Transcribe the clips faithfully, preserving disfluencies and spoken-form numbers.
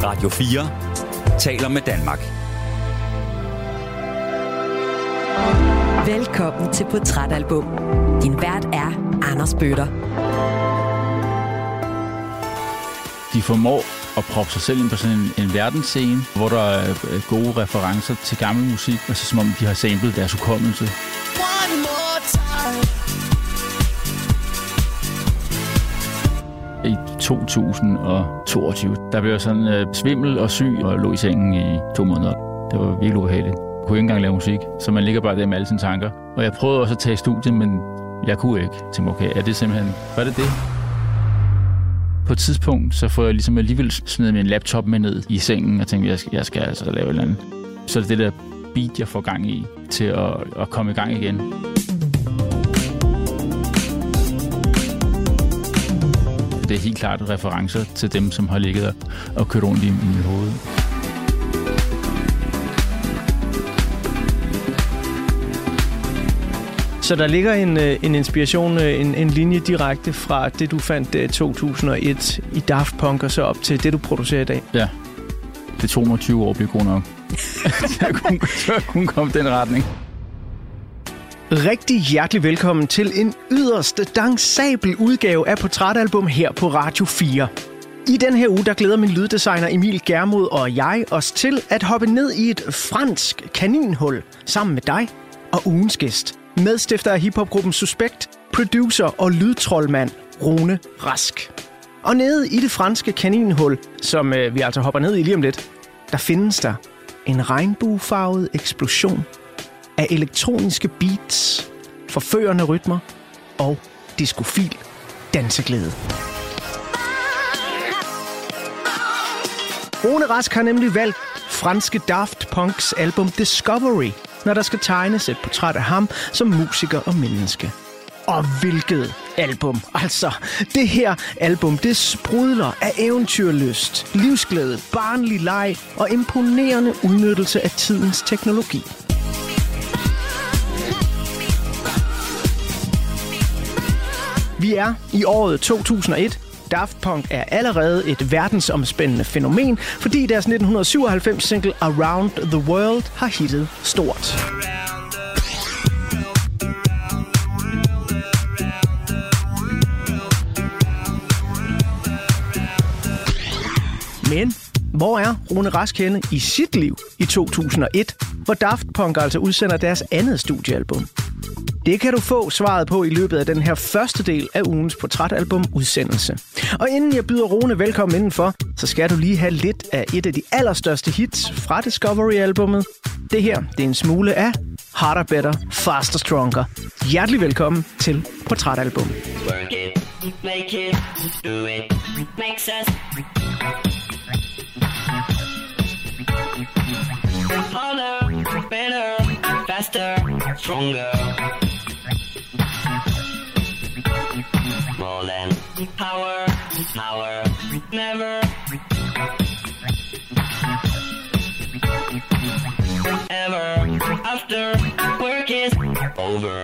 Radio fire taler med Danmark. Velkommen til Portrætalbum. Din vært er Anders Bøtter. De formår at proppe sig selv ind på sådan en, en verdensscene, hvor der er gode referencer til gammel musik, og så som om de har samlet deres hukommelse. I to tusind toogtyve, der blev jeg sådan øh, svimmel og syg og lå i sengen i to måneder. Det var virkelig ubehageligt. Jeg kunne ikke engang lave musik, så man ligger bare der med alle sine tanker. Og jeg prøvede også at tage i studiet, men jeg kunne ikke. Jeg tænkte, okay, er det simpelthen, var det det? På et tidspunkt, så får jeg ligesom alligevel smidt min laptop med ned i sengen, og tænkte, jeg skal, jeg skal altså lave et eller andet. Så er det det der beat, jeg får gang i, til at, at komme i gang igen. Det er helt klart referencer til dem, som har ligget og kørt rundt i, i mit hoved. Så der ligger en, en inspiration, en, en linje direkte fra det, du fandt i to tusind og et i Daft Punk, og så op til det, du producerer i dag? Ja. Det tog mig tyve år at blive god nok. jeg, kunne, jeg kunne komme den retning. Rigtig hjertelig velkommen til en yderst dansabel udgave af Portrætalbum her på Radio fire. I den her uge, der glæder min lyddesigner Emil Germod og jeg os til at hoppe ned i et fransk kaninhul sammen med dig og ugens gæst. Medstifter af hiphopgruppen Suspekt, producer og lydtroldmand Rune Rask. Og nede i det franske kaninhul, som øh, vi altså hopper ned i lige om lidt, der findes der en regnbuefarvet eksplosion af elektroniske beats, forførende rytmer og diskofil danseglæde. Rune Rask har nemlig valgt franske Daft Punks album Discovery, når der skal tegnes et portræt af ham som musiker og menneske. Og hvilket album! Altså, det her album, det sprudler af eventyrlyst, livsglæde, barnlig leg og imponerende udnyttelse af tidens teknologi. Vi er i året to tusind og et. Daft Punk er allerede et verdensomspændende fænomen, fordi deres nitten syvoghalvfems single Around the World har hittet stort. Men hvor er Rune Rask henne i sit liv i to tusind og et, hvor Daft Punk altså udsender deres andet studiealbum? Det kan du få svaret på i løbet af den her første del af ugens Portrætalbum-udsendelse. Og inden jeg byder Rune velkommen indenfor, så skal du lige have lidt af et af de allerstørste hits fra Discovery-albummet. Det her, det er en smule af Harder, Better, Faster, Stronger. Hjertelig velkommen til Portrætalbum. Work it, make it, do it, makes us harder, better, faster, stronger. More than power, power, never, ever, after work is over.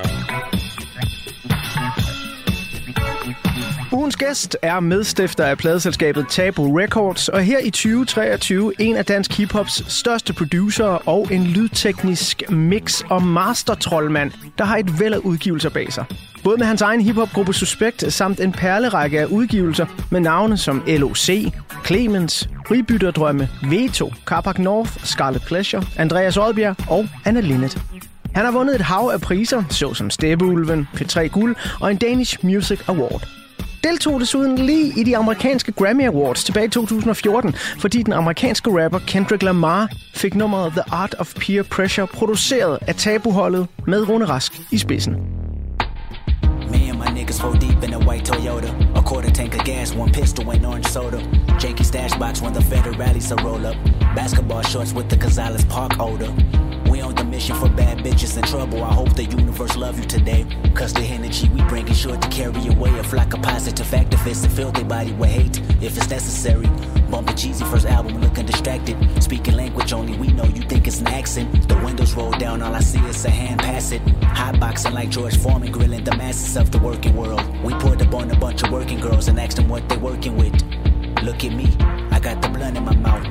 Ugens gæst er medstifter af pladeselskabet Tabu Records, og her i tyve treogtyve en af dansk hiphops største producerer og en lydteknisk mix- og mastertroldmand, der har et væld af udgivelser bag sig. Både med hans egen hiphopgruppe Suspekt samt en perlerække af udgivelser med navne som L O C, Clemens, Rybytterdrømme, Veto, Carpac North, Scarlet Pleasure, Andreas Odbjerg og Anna Linnet. Han har vundet et hav af priser, såsom Steppeulven, P tre Guld og en Danish Music Award. Deltog desuden lige i de amerikanske Grammy Awards tilbage i to tusind og fjorten, fordi den amerikanske rapper Kendrick Lamar fik nummeret The Art of Peer Pressure produceret af Tabu-holdet med Rune Rask i spidsen. Me and my niggas four deep in a white Toyota. A quarter tank of gas, one pistol and orange soda. Janky stash box when the federales a roll up. Basketball shorts with the Gonzalez Park odor. We on the mission for bad bitches in trouble. I hope the universe love you today. Cause the energy we bring is sure to carry away a flock of positive activists and fill their body with hate if it's necessary. Bumping cheesy first album, looking distracted. Speaking language only we know, you think it's an accent. The windows roll down, all I see is a hand pass it. Hotboxing like George Foreman, grilling the masses of the working world. We pulled up on a bunch of working girls and asked them what they working with. Look at me, I got the blunt in my mouth.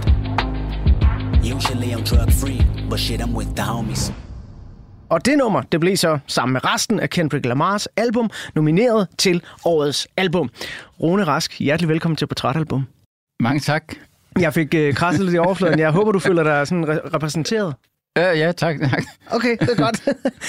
Usually I'm drug free, but shit, I'm with the homies. Og det nummer, det blev så sammen med resten af Kendrick Lamars album nomineret til årets album. Rune Rask, hjertelig velkommen til Portrætalbum. Mange tak. Jeg fik øh, krasset lidt i overfladen. Jeg håber, du føler dig sådan re- repræsenteret. Ja, ja, tak. tak. Okay, det er godt.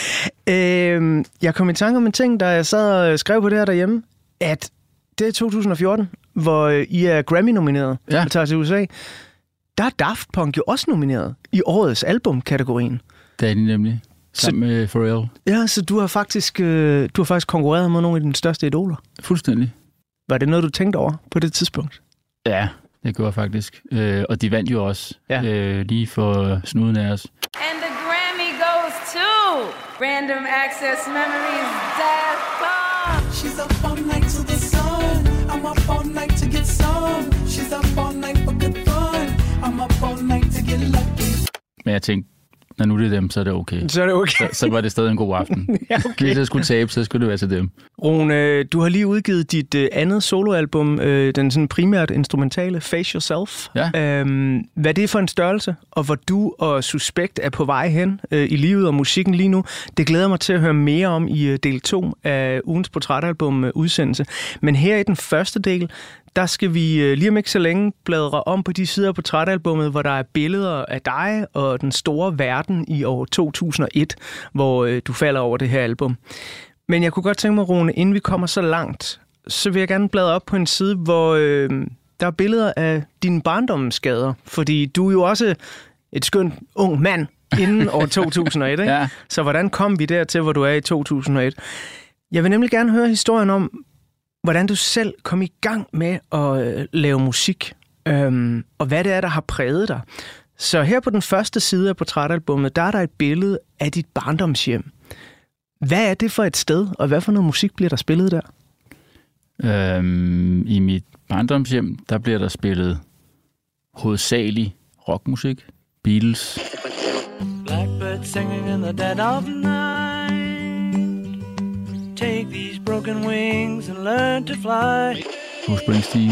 øhm, jeg kom i tanke om en ting, da jeg sad og skrev på det her derhjemme, at det er to tusind og fjorten, hvor I er Grammy-nomineret ja. og tager til U S A. Der er Daft Punk jo også nomineret i årets album-kategorien. Det er de nemlig. Sammen med Pharrell. Ja, så du har faktisk, øh, du har faktisk konkurreret med nogle af dine største idoler. Fuldstændig. Var det noget, du tænkte over på det tidspunkt? Ja, det gjorde jeg faktisk. Øh, og de vandt jo også ja. øh, lige for snuden af os. And the Grammy goes to Random Access Memories, Daft Punk. She's up all night to the sun. I'm up all night to get some. She's up all night for good fun. I'm up all night to get lucky. Men jeg tænkte, når nu det er dem, så er det okay. Så er det okay. Så, så var det stadig en god aften. ja, okay. Hvis jeg skulle tabe, så skulle det være til dem. Rune, du har lige udgivet dit uh, andet soloalbum, uh, den sådan primært instrumentale Face Yourself. Ja. Um, hvad er det for en størrelse, og hvor du og Suspekt er på vej hen uh, i livet og musikken lige nu? Det glæder mig til at høre mere om i uh, del to af ugens portrætalbum uh, udsendelse. Men her i den første del, der skal vi uh, lige om ikke så længe bladre om på de sider af portrætalbummet, hvor der er billeder af dig og den store verden i år to tusind og et, hvor uh, du falder over det her album. Men jeg kunne godt tænke mig, Rune, inden vi kommer så langt, så vil jeg gerne bladre op på en side, hvor øh, der er billeder af dine barndomsskader. Fordi du er jo også et skønt ung mand inden år to tusind og et, ikke? Ja. Så hvordan kom vi dertil, hvor du er i to tusind og et? Jeg vil nemlig gerne høre historien om, hvordan du selv kom i gang med at øh, lave musik, øhm, og hvad det er, der har præget dig. Så her på den første side af portrætalbummet, der er der et billede af dit barndomshjem. Hvad er det for et sted, og hvad for noget musik bliver der spillet der? Øhm, I mit barndomshjem, der bliver der spillet hovedsageligt rockmusik. Beatles. Blackbird singing in the dead of night. Take these broken wings and learn to fly. Bruce Springsteen.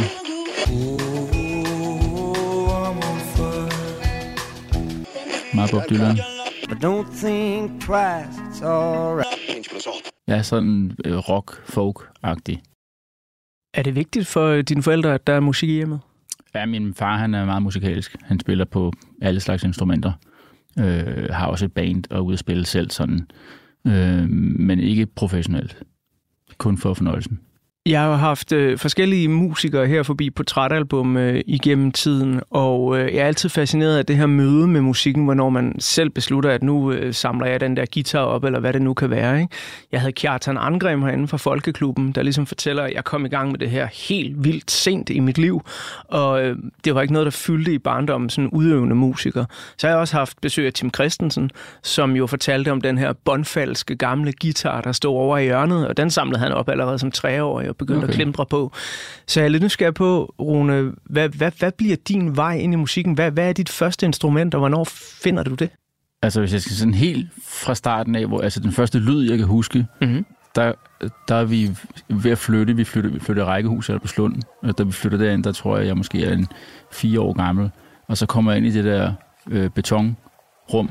Meget Bob Dylan. But don't think twice, it's alright. Ja, sådan øh, rock-folk-agtig. Er det vigtigt for dine forældre, at der er musik i hjemmet? Ja, min far han er meget musikalsk. Han spiller på alle slags instrumenter. Øh, har også et band og er ude at spille selv sådan. Øh, men ikke professionelt. Kun for fornøjelsen. Jeg har haft øh, forskellige musikere her forbi portrætalbum øh, igennem tiden, og øh, jeg er altid fascineret af det her møde med musikken, hvornår man selv beslutter, at nu øh, samler jeg den der guitar op, eller hvad det nu kan være. Ikke? Jeg havde Kjartan Angrim herinde fra Folkeklubben, der ligesom fortæller, at jeg kom i gang med det her helt vildt sent i mit liv, og øh, det var ikke noget, der fyldte i barndommen, sådan udøvende musiker. Så har jeg også haft besøg af Tim Christensen, som jo fortalte om den her båndfalske gamle guitar, der stod over i hjørnet, og den samlede han op allerede som treårig og begyndte okay. at klimtre på. Så jeg er lidt nysgerrig på, Rune, hvad, hvad, hvad bliver din vej ind i musikken? Hvad, hvad er dit første instrument, og hvornår finder du det? Altså, hvis jeg skal sådan helt fra starten af, hvor altså den første lyd, jeg kan huske, mm-hmm. der, der er vi ved at flytte. Vi flyttede, vi flyttede rækkehus her på Slund. Da vi flyttede derind, der tror jeg, jeg måske er en fire år gammel. Og så kommer jeg ind i det der øh, betonrum.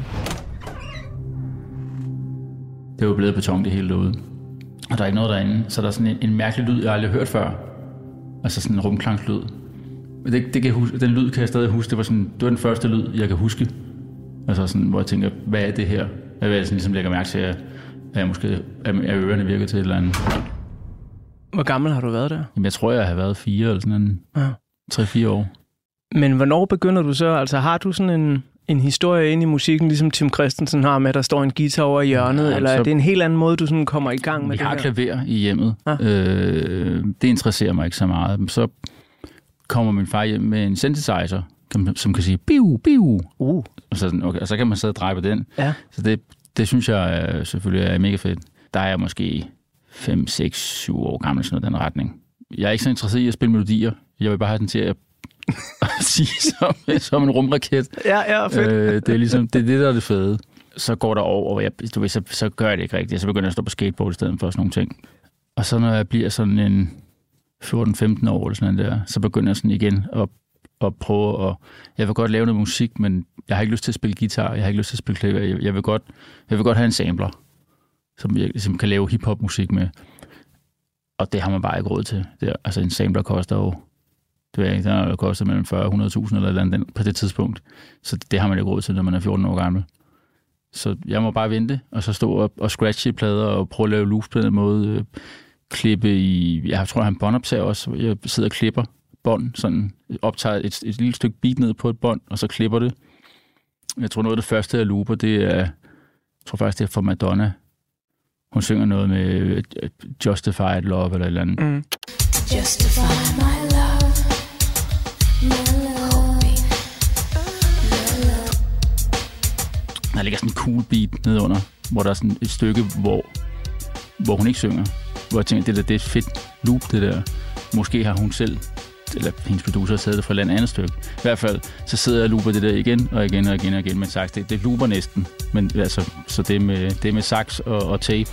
Det er jo blevet beton, det hele derude. Og der er ikke noget derinde, så der er sådan en, en mærkelig lyd, jeg aldrig har hørt før. Altså sådan en rumklangslyd. Det, det kan huske, den lyd kan jeg stadig huske. Det var, sådan, det var den første lyd, jeg kan huske. Altså sådan, hvor jeg tænker, hvad er det her? Jeg vil sådan ligesom lægge mærke til, at jeg måske er ørerne virker til et eller andet. Hvor gammel har du været der? Jamen, jeg tror, jeg har været fire eller sådan en ja. tre-fire år. Men hvornår begynder du så? Altså har du sådan en, en historie ind i musikken, ligesom Tim Christensen har med, at der står en guitar over i hjørnet? Ja, eller så, er det en helt anden måde, du sådan kommer i gang med det her? Vi har klaver i hjemmet. Ja. Øh, det interesserer mig ikke så meget. Så kommer min far hjem med en synthesizer, som kan sige biu, biu. Uh. Og, så, okay, og så kan man sidde og dreje på den. Ja. Så det, det synes jeg øh, selvfølgelig er mega fedt. Der er jeg måske fem, seks, syv år gammel, sådan noget, den retning. Jeg er ikke så interesseret i at spille melodier. Jeg vil bare have den til at sige som, som en rumraket. Ja, ja, fedt. Øh, det er ligesom, det er det, der er det fede. Så går der over, og jeg, du ved, så, så gør jeg det ikke rigtigt. Så begynder jeg at stå på skateboard i stedet for sådan nogle ting. Og så når jeg bliver sådan en fjorten femten år, eller sådan der, så begynder jeg sådan igen at at prøve at... Jeg vil godt lave noget musik, men jeg har ikke lyst til at spille guitar, jeg har ikke lyst til at spille klaver. Jeg, jeg, vil, godt, jeg vil godt have en sampler, som jeg som kan lave hip-hop-musik med. Og det har man bare ikke råd til. Det er, altså en sampler koster jo... Det ved jeg ikke, der koster mellem fyrre og hundrede tusind eller andet på det tidspunkt. Så det har man ikke råd til, når man er fjorten år gammel. Så jeg må bare vente, og så stå og, og scratche i plader og prøve at lave loops på den måde. Øh, klippe i... Jeg tror, jeg har en båndoptager også. Jeg sidder og klipper bånd, sådan optager et, et lille stykke beat ned på et bånd, og så klipper det. Jeg tror, noget af det første, jeg looper, det er... Jeg tror faktisk, det er for Madonna. Hun synger noget med Justified Love eller et eller andet. Mm. Justify my love, my love, my love. Der ligger sådan en cool beat nedunder, hvor der er sådan et stykke, hvor, hvor hun ikke synger. Hvor jeg tænker, det, der, det er et fedt loop, det der. Måske har hun selv, eller hendes producer, taget det fra et andet stykke. I hvert fald, så sidder jeg og looper det der igen og igen og igen og igen med sax. Det, det looper næsten, men altså, så det er med, det er med sax og, og tape.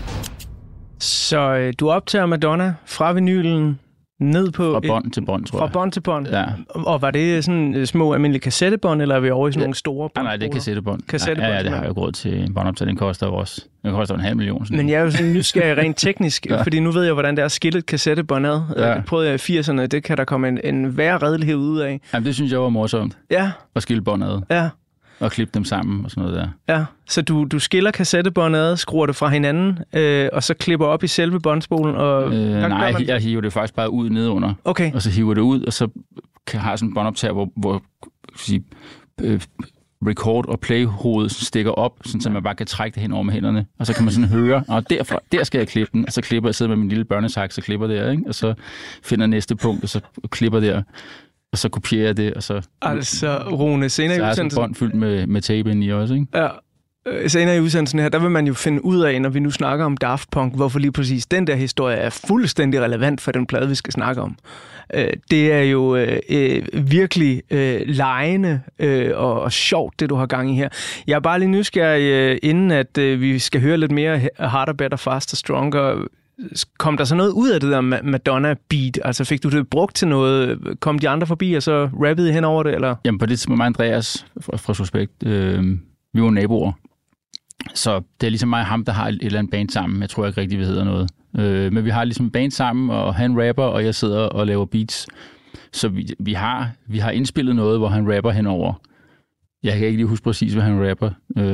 Så øh, du optager Madonna fra vinylen ned på... Fra bånd til bånd, tror jeg. Fra bånd til bånd? Ja. Og var det sådan små almindelige kassettebånd, eller er vi over i sådan ja. nogle store bånd? Nej, nej, det er kassettebånd. Kassettebånd, ja, ja, det har jeg jo råd til. En båndoptag, den koster jo også. Den koster en halv million. Sådan. Men jeg er jo sådan nysgerrig rent teknisk, ja. fordi nu ved jeg, hvordan det er at skille et kassettebånd ad. Ja. Det prøvede jeg i firserne, det kan der komme en, en værre redelighed ud af. Jamen, det synes jeg var morsomt. Ja. At skille bånd ad. Ja. Og klippe dem sammen og sådan noget der. Ja, så du, du skiller kassettebåndet ad, skruer det fra hinanden, øh, og så klipper op i selve båndspolen? Og øh, nej, man... jeg hiver det faktisk bare ud nedunder. Okay. Og så hiver det ud, og så kan jeg have sådan en båndoptager, hvor, hvor sige, øh, record og play-hovedet stikker op, sådan, så man bare kan trække det hen over med hænderne. Og så kan man sådan høre, og derfra, der skal jeg klippe den. Og så klipper jeg, sidder med min lille børnesaks og klipper der, ikke? Og så finder næste punkt, og så klipper der. Og så kopierer jeg det, og så... Altså, Rune, senere i udsendelsen... Så er sådan et bånd fyldt med, med tape ind i også, ikke? Ja. Senere i udsendelsen her, der vil man jo finde ud af, når vi nu snakker om Daft Punk, hvorfor lige præcis den der historie er fuldstændig relevant for den plade, vi skal snakke om. Det er jo øh, virkelig øh, legende øh, og, og sjovt, det du har gang i her. Jeg er bare lige nysgerrig, øh, inden at øh, vi skal høre lidt mere Harder, Better, Faster, Stronger... Kom der så noget ud af det der Madonna-beat? Altså fik du det brugt til noget? Kom de andre forbi, og så rappede I hen over det? Eller? Jamen på det tidspunkt, mig og Andreas fra, fra Suspekt, øh, vi var naboer. Så det er ligesom mig og ham, der har et eller andet band sammen. Jeg tror ikke rigtig, vi hedder noget. Øh, men vi har ligesom band sammen, og han rapper, og jeg sidder og laver beats. Så vi, vi, har, vi har indspillet noget, hvor han rapper henover. Jeg kan ikke lige huske præcis, hvad han rapper.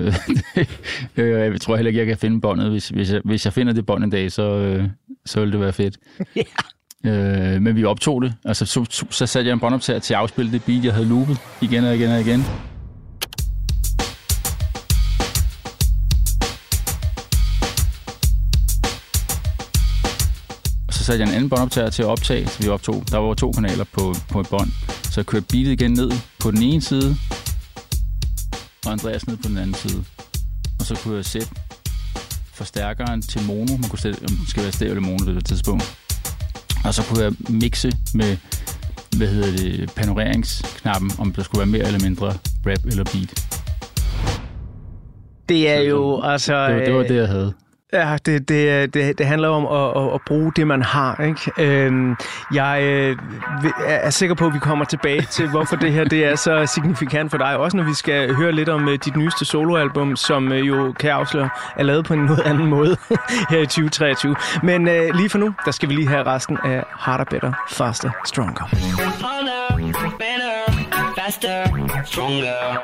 Jeg tror heller ikke, jeg kan finde båndet. Hvis, hvis, jeg, hvis jeg finder det bånd en dag, så, så vil det være fedt. Yeah. Øh, men vi optog det. Altså, så, så, så satte jeg en båndoptager til at afspille det beat, jeg havde loopet igen og igen og igen. Og så satte jeg en anden båndoptager til at optage, så vi optog. Der var to kanaler på, på et bånd. Så jeg kørte beatet igen ned på den ene side, og Andreas ned på den anden side. Og så kunne jeg sætte forstærkeren til mono. Man kunne sætte, om det skal være stereo eller mono på det tidspunkt. Og så kunne jeg mixe med, hvad hedder det, panoreringsknappen, om der skulle være mere eller mindre rap eller beat. Det er så, jo, altså... Det var, det var det, jeg havde. Ja, det, det, det, det handler om at, at, at bruge det, man har, ikke? Øhm, jeg øh, er sikker på, at vi kommer tilbage til, hvorfor det her det er så signifikant for dig. Også når vi skal høre lidt om uh, dit nyeste soloalbum, som uh, jo kan afsløre er lavet på en noget anden måde her i tyve treogtyve. Men uh, lige for nu, der skal vi lige have resten af Harder, Better, Faster, Stronger. Harder, better, faster, stronger.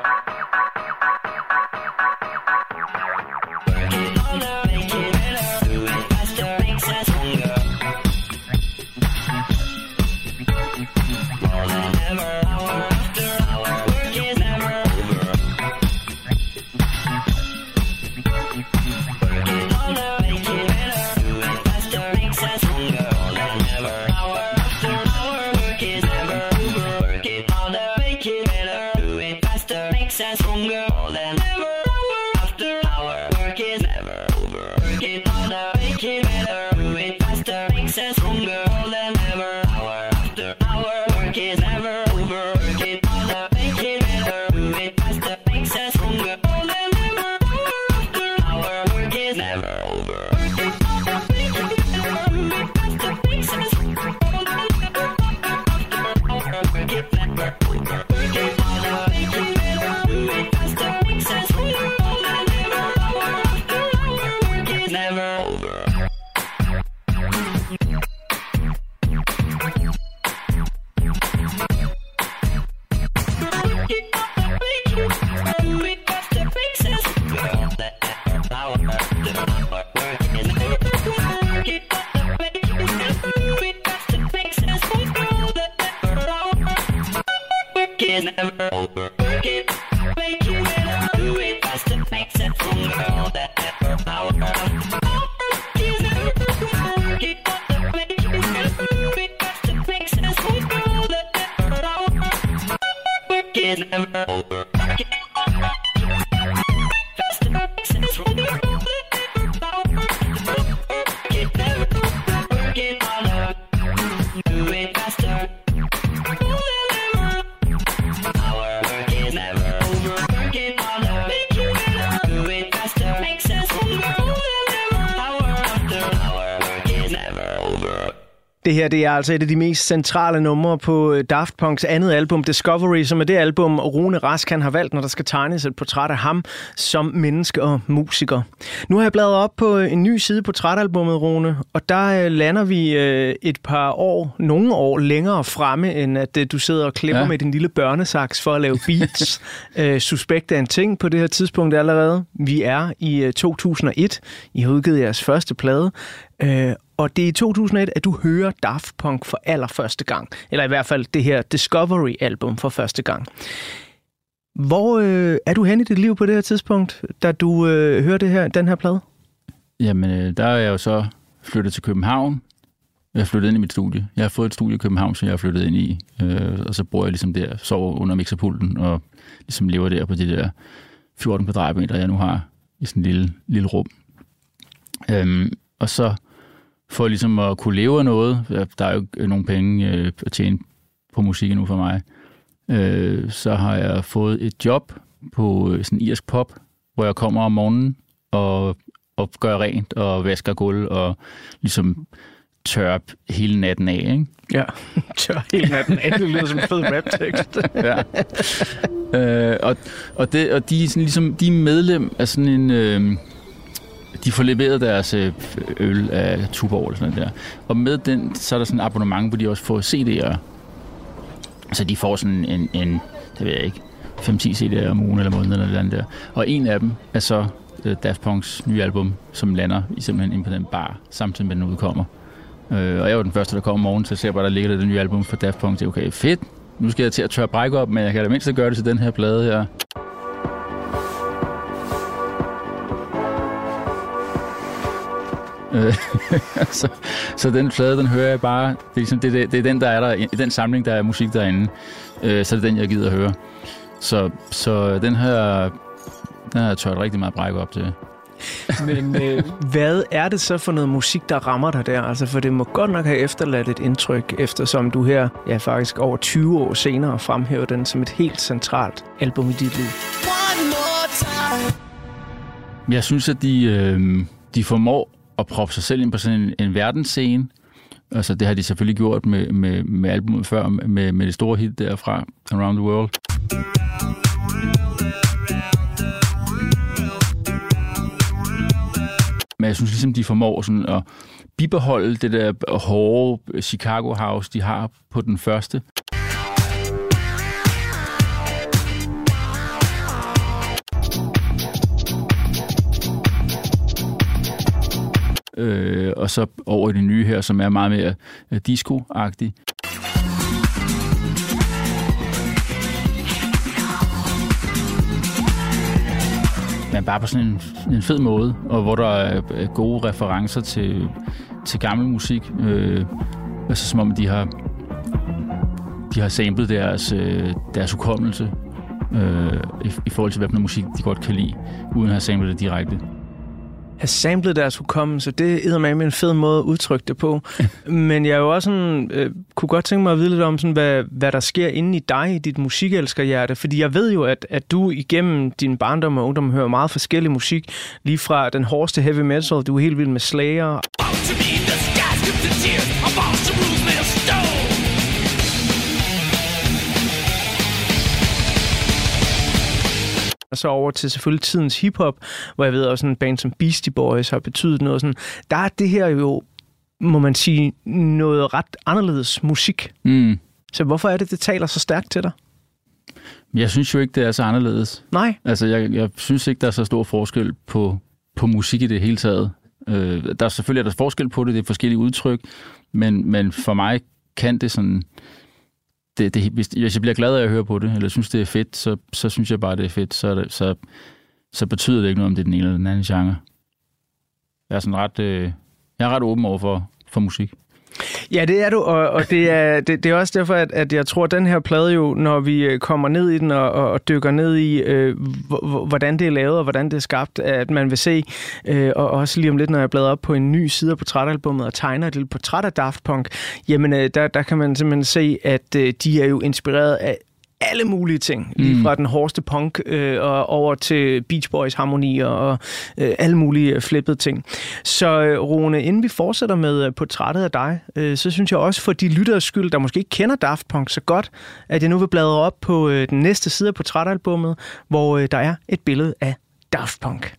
Get Det her det er altså et af de mest centrale numre på Daft Punks andet album, Discovery, som er det album, Rune Rask han har valgt, når der skal tegnes et portræt af ham som menneske og musiker. Nu har jeg bladret op på en ny side på portrætalbummet, Rune, og der lander vi et par år, nogle år længere fremme, end at du sidder og klipper ja. med din lille børnesaks for at lave beats. Suspekt er en ting på det her tidspunkt allerede. Vi er i to tusind og et. I har udgivet jeres første plade. Og det er i to tusind og et, at du hører Daft Punk for allerførste gang. Eller i hvert fald det her Discovery-album for første gang. Hvor øh, er du hen i dit liv på det her tidspunkt, da du øh, hører det her, den her plade? Jamen, øh, der er jeg jo så flyttet til København. Jeg er flyttet ind i mit studie. Jeg har fået et studie i København, som jeg er flyttet ind i. Øh, og så bor jeg ligesom der, sover under mixerpulten og ligesom lever der på de der fjorten kvadratmeter, jeg nu har i sådan en lille, lille rum. Øhm, og så for ligesom at kunne leve af noget, der er jo ikke nogen penge øh, at tjene på musik nu for mig, øh, så har jeg fået et job på øh, sådan irsk pop, hvor jeg kommer om morgenen og, og gør rent og vasker gulv og ligesom tør hele natten af, ikke? Ja, tør hele natten af. Det lyder som en fed rap-tekst. Ja. Øh, og, og, det, og de er sådan ligesom, de er medlem af sådan en... Øh, de får leveret deres øl af Tuborg eller sådan der. Og med den, så er der sådan et abonnement, hvor de også får C D'er. Så de får sådan en, en det ved jeg ikke, fem til ti C D'er om ugen eller måneden eller noget der. Og en af dem er så Daft Punks nye album, som lander i simpelthen ind på den bar, samtidig med den udkommer. Og jeg var den første, der kom om morgenen, så jeg ser bare, der ligger det nye album for Daft Punk. Det er okay, fedt. Nu skal jeg til at tørre brække op, men jeg kan da mindst gøre det til den her plade her. så, så den plade, den hører jeg bare. Det er, ligesom, det, det, det er den, der er der, i den samling, der er musik derinde. Øh, så det er den, jeg gider at høre. Så, så den her, den har jeg tørt rigtig meget brække op til. Men øh, hvad er det så for noget musik, der rammer dig der? Altså, for det må godt nok have efterladt et indtryk, eftersom du her, ja faktisk over tyve år senere, fremhæver den som et helt centralt album i dit liv. Jeg synes, at de, øh, de formår at proppe sig selv ind på sådan en, en verdensscene. Altså, det har de selvfølgelig gjort med, med, med albumet før, med, med det store hit derfra, Around the World. Men jeg synes ligesom, de formår sådan at bibeholde det der hårde Chicago House, de har på den første. Øh, og så over i det nye her, som er meget mere uh, disco-agtigt. Men bare på sådan en, en fed måde, og hvor der er gode referencer til, til gammel musik. Øh, altså som om de har, de har samlet deres, øh, deres hukommelse øh, i, i forhold til, hvad for musik de godt kan lide, uden at have samlet det direkte. Have samlet deres hukommelse, det er med en fed måde at udtrykke det på. Men jeg jo også sådan, øh, kunne godt tænke mig at vide lidt om, sådan, hvad, hvad der sker inde i dig, i dit musikelsker-hjerte. Fordi jeg ved jo, at, at du igennem din barndom og ungdom hører meget forskellig musik. Lige fra den hårdeste heavy metal, du er helt vild med Slayer. og så over til selvfølgelig tidens hiphop, hvor jeg ved også en band som Beastie Boys har betydet noget sådan. Der er det her jo, må man sige, noget ret anderledes musik. Mm. Så hvorfor er det, det taler så stærkt til dig? Jeg synes jo ikke, det er så anderledes. Nej. Altså, jeg, jeg synes ikke, der er så stor forskel på, på musik i det hele taget. Øh, der er selvfølgelig er der forskel på det, det er forskellige udtryk, men, men for mig kan det sådan... Det, det, hvis, hvis jeg bliver glad af at høre på det, eller synes, det er fedt, så, så synes jeg bare, det er fedt. Så, det, så, så betyder det ikke noget, om det er den ene eller den anden genre. Jeg er sådan ret, øh, jeg er ret åben over for, for musik. Ja, det er du, og, og det, er, det, det er også derfor, at, at jeg tror, at den her plade jo, når vi kommer ned i den og, og dykker ned i, øh, hvordan det er lavet og hvordan det er skabt, at man vil se, øh, og også lige om lidt, når jeg bladrer op på en ny side af portrætalbummet og tegner et lille portræt af Daft Punk, jamen øh, der, der kan man simpelthen se, at øh, de er jo inspireret af alle mulige ting, lige fra mm. den hårdeste punk øh, og over til Beach Boys harmonier og øh, alle mulige flippede ting. Så øh, Rune, inden vi fortsætter med øh, portrættet af dig, øh, så synes jeg også for de lytteres skyld, der måske ikke kender Daft Punk så godt, at jeg nu vil bladre op på øh, den næste side af portrætalbummet, hvor øh, der er et billede af Daft Punk.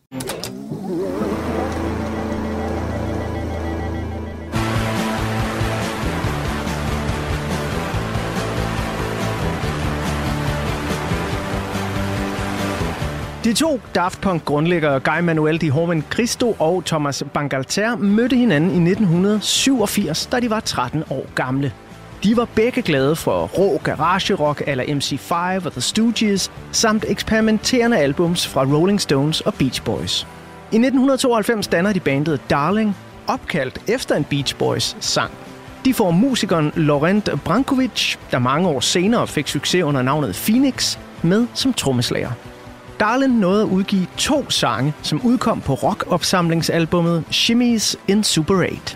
De to Daft Punk-grundlæggere, Guy Manuel de Horman Cristo og Thomas Bangalter, mødte hinanden i nitten syvogfirs, da de var tretten år gamle. De var begge glade for rå garagerock eller M C fem og The Stooges, samt eksperimenterende albums fra Rolling Stones og Beach Boys. I nitten tooghalvfems danner de bandet Darling, opkaldt efter en Beach Boys sang. De får musikeren Laurent Brankovic, der mange år senere fik succes under navnet Phoenix, med som trommeslager. Darling nåede at udgive to sange, som udkom på rock-opsamlingsalbummet Shimmies in Super otte.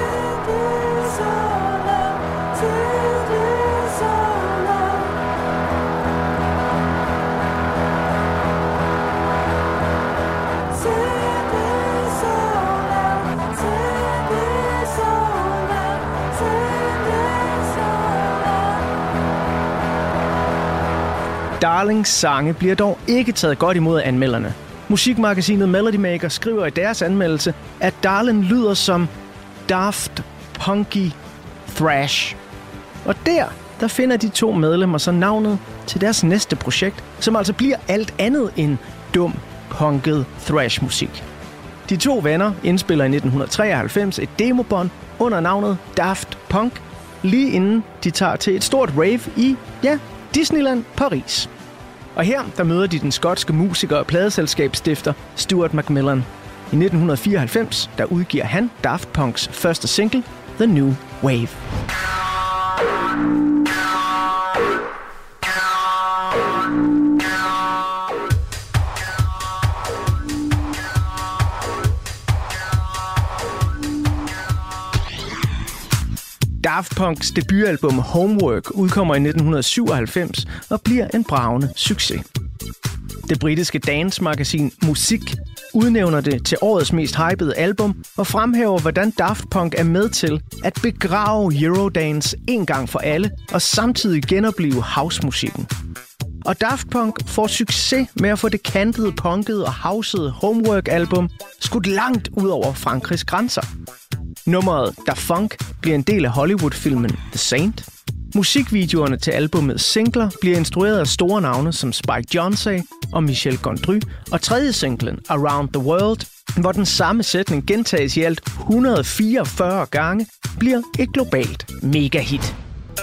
Darlings sange bliver dog ikke taget godt imod af anmelderne. Musikmagasinet Melody Maker skriver i deres anmeldelse, at Darling lyder som daft, punky thrash. Og der, der finder de to medlemmer så navnet til deres næste projekt, som altså bliver alt andet end dum, punket thrash-musik. De to venner indspiller i nitten treoghalvfems et demobånd under navnet Daft Punk, lige inden de tager til et stort rave i, ja, Disneyland Paris. Og her, der møder de den skotske musiker og pladeselskabsstifter Stuart McMillan. I nitten fireoghalvfems, der udgiver han Daft Punks første single, The New Wave. Daft Punks debutalbum Homework udkommer i nitten syvoghalvfems og bliver en bragende succes. Det britiske dance-magasin Musik udnævner det til årets mest hypede album og fremhæver, hvordan Daft Punk er med til at begrave Eurodance en gang for alle og samtidig genopleve housemusikken. Og Daft Punk får succes med at få det kantede, punkede og housede Homework-album skudt langt ud over Frankrigs grænser. Nummeret Da Funk bliver en del af Hollywood-filmen The Saint. Musikvideoerne til albumets singler bliver instrueret af store navne som Spike Jonze og Michel Gondry, og tredje singlen Around the World, hvor den samme sætning gentages i alt et hundrede fireogfyrre gange, bliver et globalt megahit.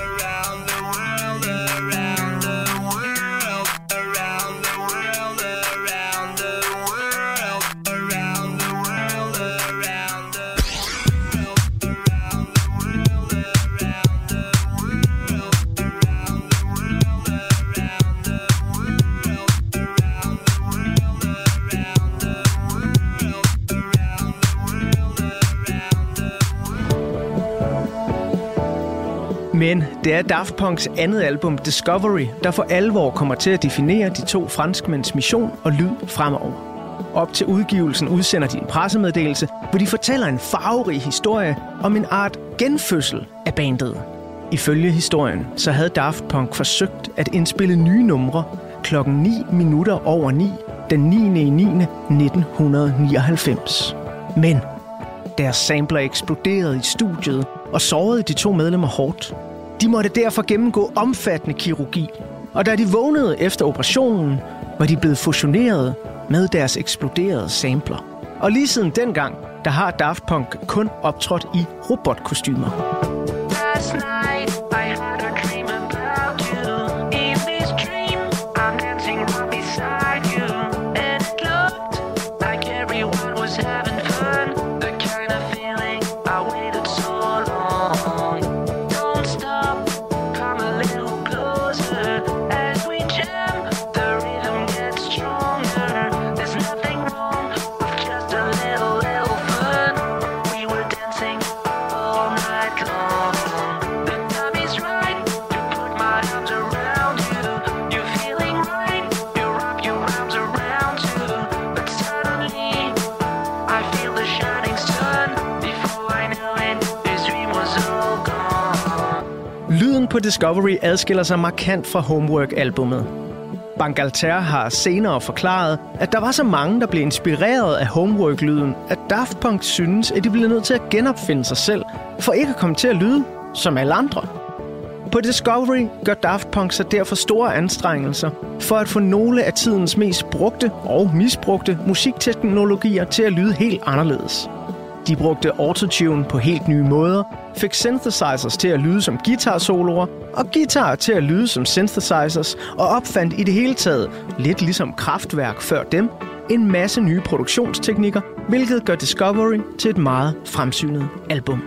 Men det er Daft Punks andet album, Discovery, der for alvor kommer til at definere de to franskmænds mission og lyd fremover. Op til udgivelsen udsender de en pressemeddelelse, hvor de fortæller en farverig historie om en art genfødsel af bandet. Ifølge historien, så havde Daft Punk forsøgt at indspille nye numre, klokken ni minutter over ni den niende september nitten nioghalvfems. Men deres sampler eksploderede i studiet og sårede de to medlemmer hårdt. De måtte derfor gennemgå omfattende kirurgi, og da de vågnede efter operationen, var de blevet fusioneret med deres eksploderede sampler. Og lige siden dengang, der har Daft Punk kun optrådt i robotkostymer. Lyden på Discovery adskiller sig markant fra Homework-albummet. Bangalter har senere forklaret, at der var så mange, der blev inspireret af Homework-lyden, at Daft Punk synes, at de blev nødt til at genopfinde sig selv, for ikke at komme til at lyde som alle andre. På Discovery gør Daft Punk sig derfor store anstrengelser for at få nogle af tidens mest brugte og misbrugte musikteknologier til at lyde helt anderledes. De brugte autotune på helt nye måder, fik synthesizers til at lyde som guitarsoloer, og guitar til at lyde som synthesizers, og opfandt i det hele taget, lidt ligesom Kraftwerk før dem, en masse nye produktionsteknikker, hvilket gør Discovery til et meget fremsynet album.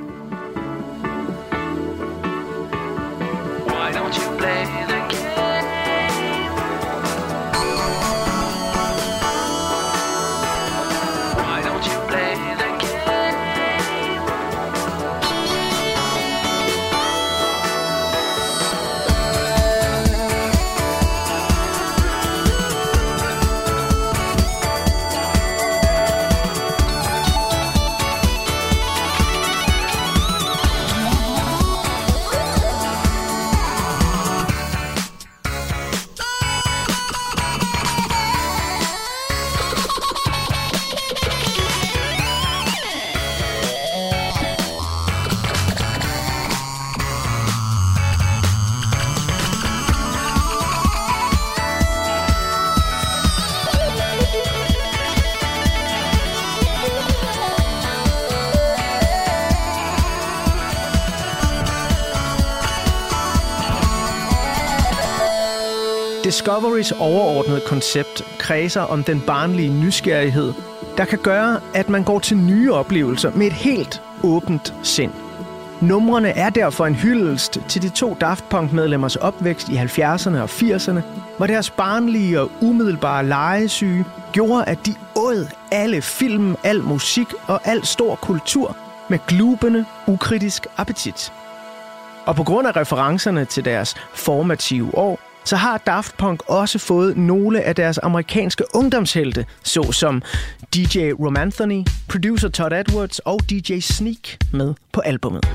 Discoverys overordnede koncept kredser om den barnlige nysgerrighed, der kan gøre, at man går til nye oplevelser med et helt åbent sind. Numrene er derfor en hyldest til de to Daft Punk-medlemmers opvækst i halvfjerdserne og firserne, hvor deres barnlige og umiddelbare legesyge gjorde, at de åd alle film, al musik og al stor kultur med glubende, ukritisk appetit. Og på grund af referencerne til deres formative år, så har Daft Punk også fået nogle af deres amerikanske ungdomshelte, såsom D J Romanthony, producer Todd Edwards og D J Sneak med på albummet.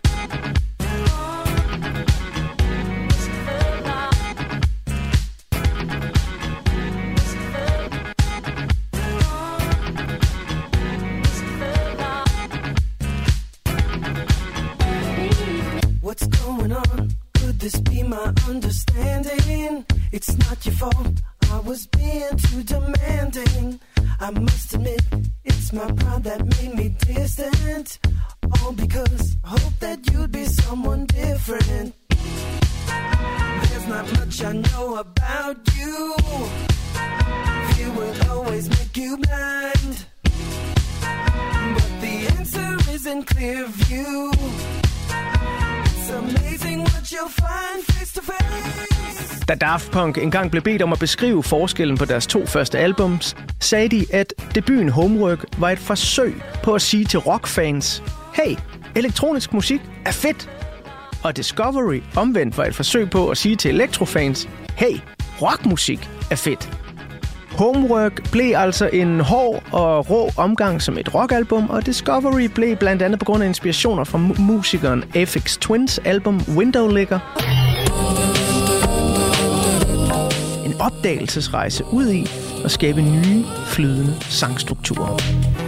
What's going on? Could this be my understanding? It's not your fault, I was being too demanding. I must admit, it's my pride that made me distant. All because I hope that you'd be someone different. There's not much I know about you. Fear will always make you blind. But the answer is in clear view. Da Daft Punk engang blev bedt om at beskrive forskellen på deres to første albums, sagde de, at debuten Homework var et forsøg på at sige til rockfans, hey, elektronisk musik er fedt. Og Discovery omvendt var et forsøg på at sige til elektrofans, hey, rockmusik er fedt. Homework blev altså en hård og rå omgang som et rockalbum, og Discovery blev blandt andet på grund af inspirationer fra mu- musikeren Aphex Twins album Windowlicker. En opdagelsesrejse ud i at skabe nye, flydende sangstrukturer.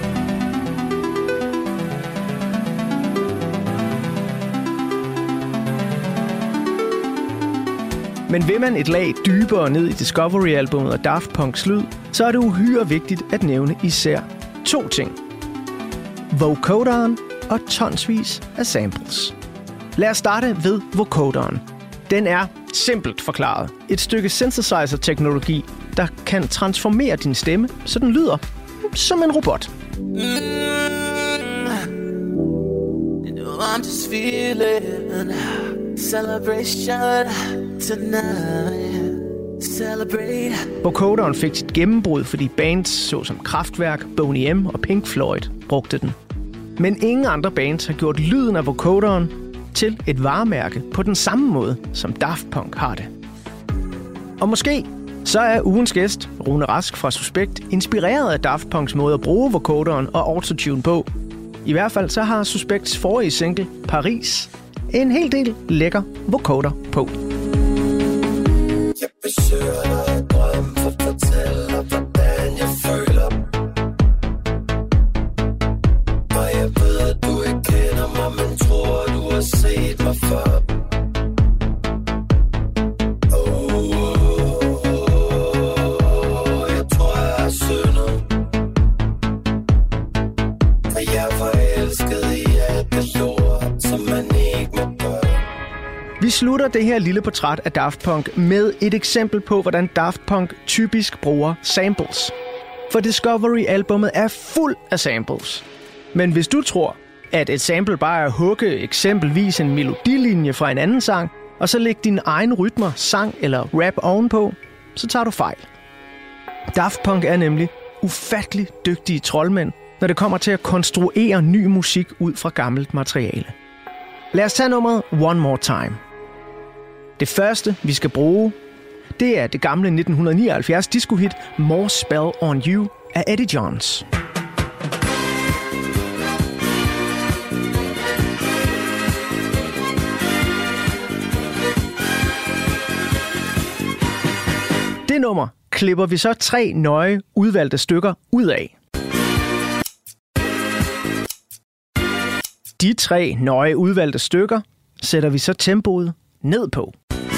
Men vil man et lag dybere ned i Discovery-albummet og Daft Punks lyd, så er det uhyre vigtigt at nævne især to ting. Vocoderen og tonsvis af samples. Lad os starte ved vocoderen. Den er simpelt forklaret et stykke synthesizer-teknologi, der kan transformere din stemme, så den lyder som en robot. Mm, I'm just feeling celebration tonight. Celebrate. Vocoderen fik sit gennembrud, fordi bands såsom Kraftwerk, Boney M og Pink Floyd brugte den. Men ingen andre bands har gjort lyden af vocoderen til et varemærke på den samme måde, som Daft Punk har det. Og måske så er ugens gæst, Rune Rask fra Suspekt, inspireret af Daft Punks måde at bruge vocoderen og autotune på. I hvert fald så har Suspekts forrige single, Paris, en hel del lækker vocoder på. Jeg besøger dig i drøm for at fortælle, hvordan jeg føler. Og jeg ved, at du ikke kender mig, men tror, du har set mig før. Oh, oh, oh, jeg tror, jeg er syndet. For jeg er forelsket i alt det lort, som man ikke må gøre. Vi slutter det her lille portræt af Daft Punk med et eksempel på, hvordan Daft Punk typisk bruger samples. For Discovery-albummet er fuld af samples. Men hvis du tror, at et sample bare er at hugge eksempelvis en melodilinje fra en anden sang, og så lægge dine egne rytmer, sang eller rap ovenpå, så tager du fejl. Daft Punk er nemlig ufattelig dygtige troldmænd, når det kommer til at konstruere ny musik ud fra gammelt materiale. Lad os tage nummeret One More Time. Det første, vi skal bruge, det er det gamle nitten nioghalvfjerds disco-hit More Spell on You af Eddie Johns. Det nummer klipper vi så tre nøje udvalgte stykker ud af. De tre nøje udvalgte stykker sætter vi så tempoet ned på.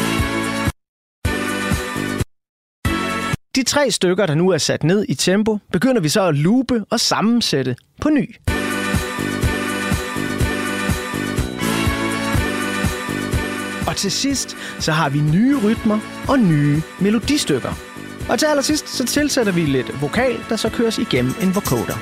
De tre stykker, der nu er sat ned i tempo, begynder vi så at loope og sammensætte på ny. Og til sidst, så har vi nye rytmer og nye melodistykker. Og til allersidst, så tilsætter vi lidt vokal, der så køres igennem en vocoder.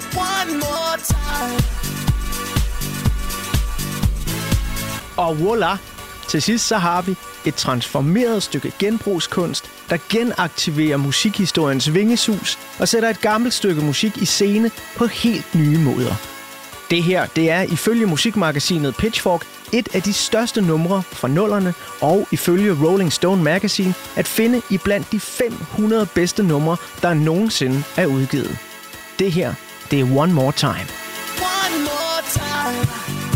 Og voilà! Til sidst så har vi et transformeret stykke genbrugskunst, der genaktiverer musikhistoriens vingesus og sætter et gammelt stykke musik i scene på helt nye måder. Det her, det er ifølge musikmagasinet Pitchfork et af de største numre fra nullerne, og ifølge Rolling Stone Magazine at finde i blandt de fem hundrede bedste numre, der nogensinde er udgivet. Det her, det er One More Time. One more time.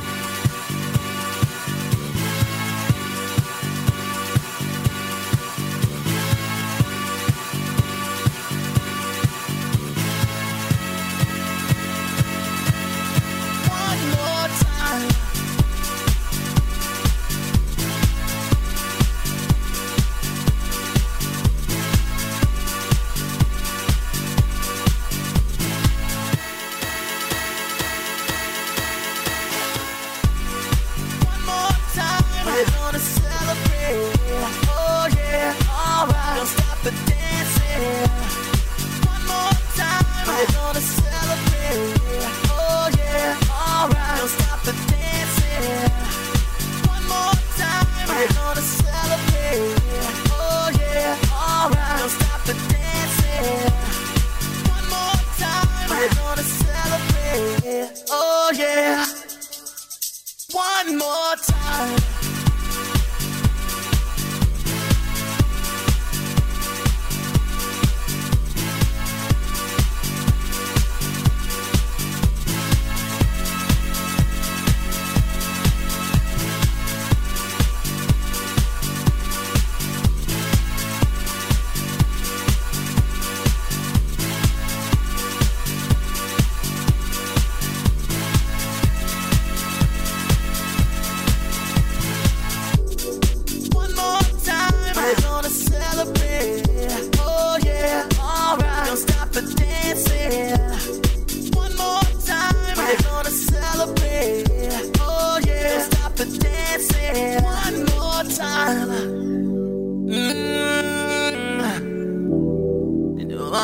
One more time.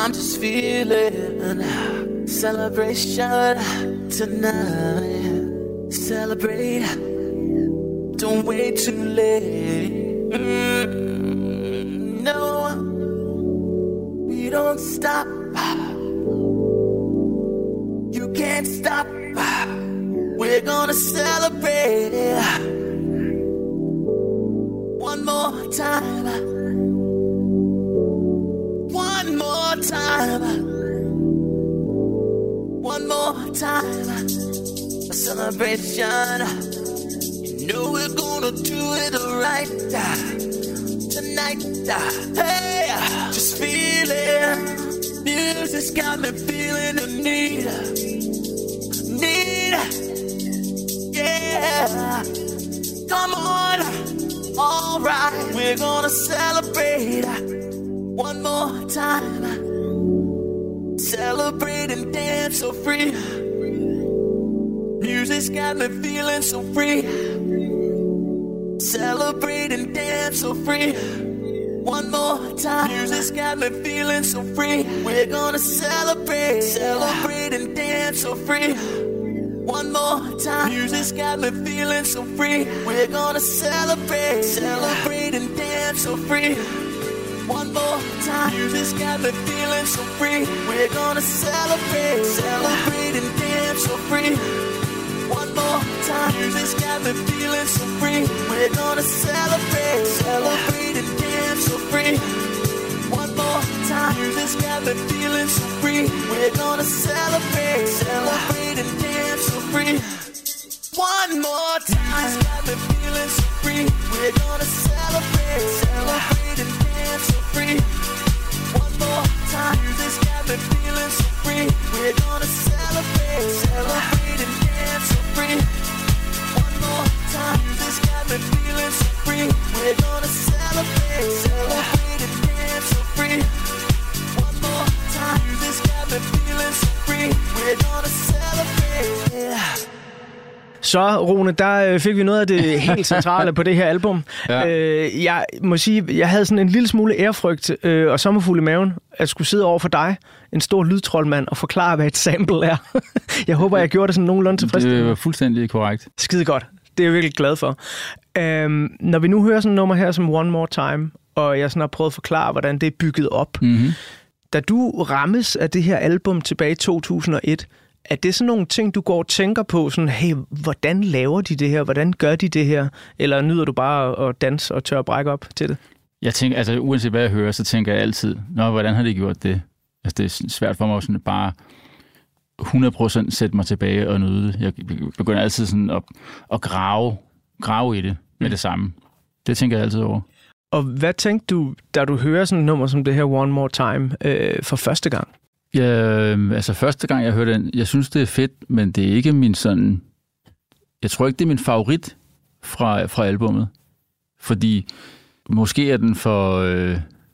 I'm just feeling celebration tonight. Celebrate, don't wait too late. Mm, no, we don't stop. You can't stop. We're gonna celebrate one more time. One more time. One more time. A celebration. You know we're gonna do it right tonight. Hey, just feeling. Music's got me feeling the need. Need. Yeah. Come on. All right. We're gonna celebrate one more time. Celebrate and dance so free. Music's got me feeling so free. Celebrate and dance so free. One more time. Music's got me feeling so free. We're gonna celebrate. Celebrate and dance so free. One more time. Music's got me feeling so free. We're gonna celebrate. Celebrate and dance so free. One more time. Music's got me feeling so free. We're gonna celebrate. Celebrate and dance so free. One more time. Music's got me feeling so free. We're gonna celebrate. Celebrate and dance so free. One more time. Music's got me feeling so free. We're gonna celebrate. Celebrate and dance so free. One more time. Music's got me feeling so free. We're gonna celebrate. Celebrate and dance so free. One more time. Music's got me feeling so free. We're gonna celebrate. Celebrate and dance so free. One more time. Music's got me feeling so free. We're gonna celebrate. Celebrate and dance so free. One more time. Music's got me feeling so free. We're gonna celebrate. Så, Rune, der fik vi noget af det helt centrale på det her album. Ja. Øh, jeg må sige, jeg havde sådan en lille smule ærefrygt øh, og sommerfugl i maven, at skulle sidde over for dig, en stor lydtroldmand, og forklare, hvad et sample er. Jeg håber, jeg gjorde det sådan nogenlunde tilfredsstillende. Det var fuldstændig korrekt. Skide godt. Det er jeg virkelig glad for. Øhm, når vi nu hører sådan et nummer her som One More Time, og jeg sådan har prøvet at forklare, hvordan det er bygget op. Mm-hmm. Da du rammes af det her album tilbage i to tusind og et, er det sådan nogle ting, du går og tænker på? Sådan, hey, hvordan laver de det her? Hvordan gør de det her? Eller nyder du bare at danse og tør at brække op til det? Jeg tænker, altså uanset hvad jeg hører, så tænker jeg altid, nå, hvordan har de gjort det? Altså det er svært for mig sådan bare hundrede procent sætte mig tilbage og nyde det. Jeg begynder altid sådan at, at grave, grave i det med det samme. Det tænker jeg altid over. Og hvad tænkte du, da du hører sådan et nummer som det her One More Time øh, for første gang? Ja, altså første gang jeg hørte den, jeg synes det er fedt, men det er ikke min sådan, jeg tror ikke det er min favorit fra, fra albummet, fordi måske er den for, øh,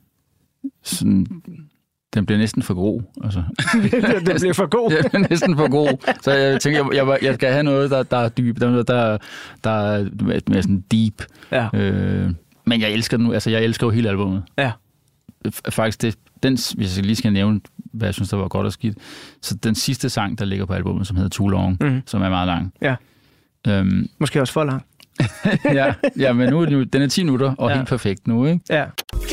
sådan, den bliver næsten for god. Altså. Den bliver for god? Den bliver næsten for god, så jeg tænker, jeg, jeg, jeg skal have noget, der, der er dyb, der er noget, der, der er mere sådan deep, ja. øh, men jeg elsker den nu, altså jeg elsker jo hele albummet. Ja. Faktisk det, den, hvis jeg lige skal nævne, hvad jeg synes, der var godt og skidt. Så den sidste sang, der ligger på albumet, som hedder Too Long, mm. som er meget lang. Ja. Øhm, Måske også for lang. ja, ja, men nu, nu den er ti minutter, og ja. Helt perfekt nu, ikke? Ja.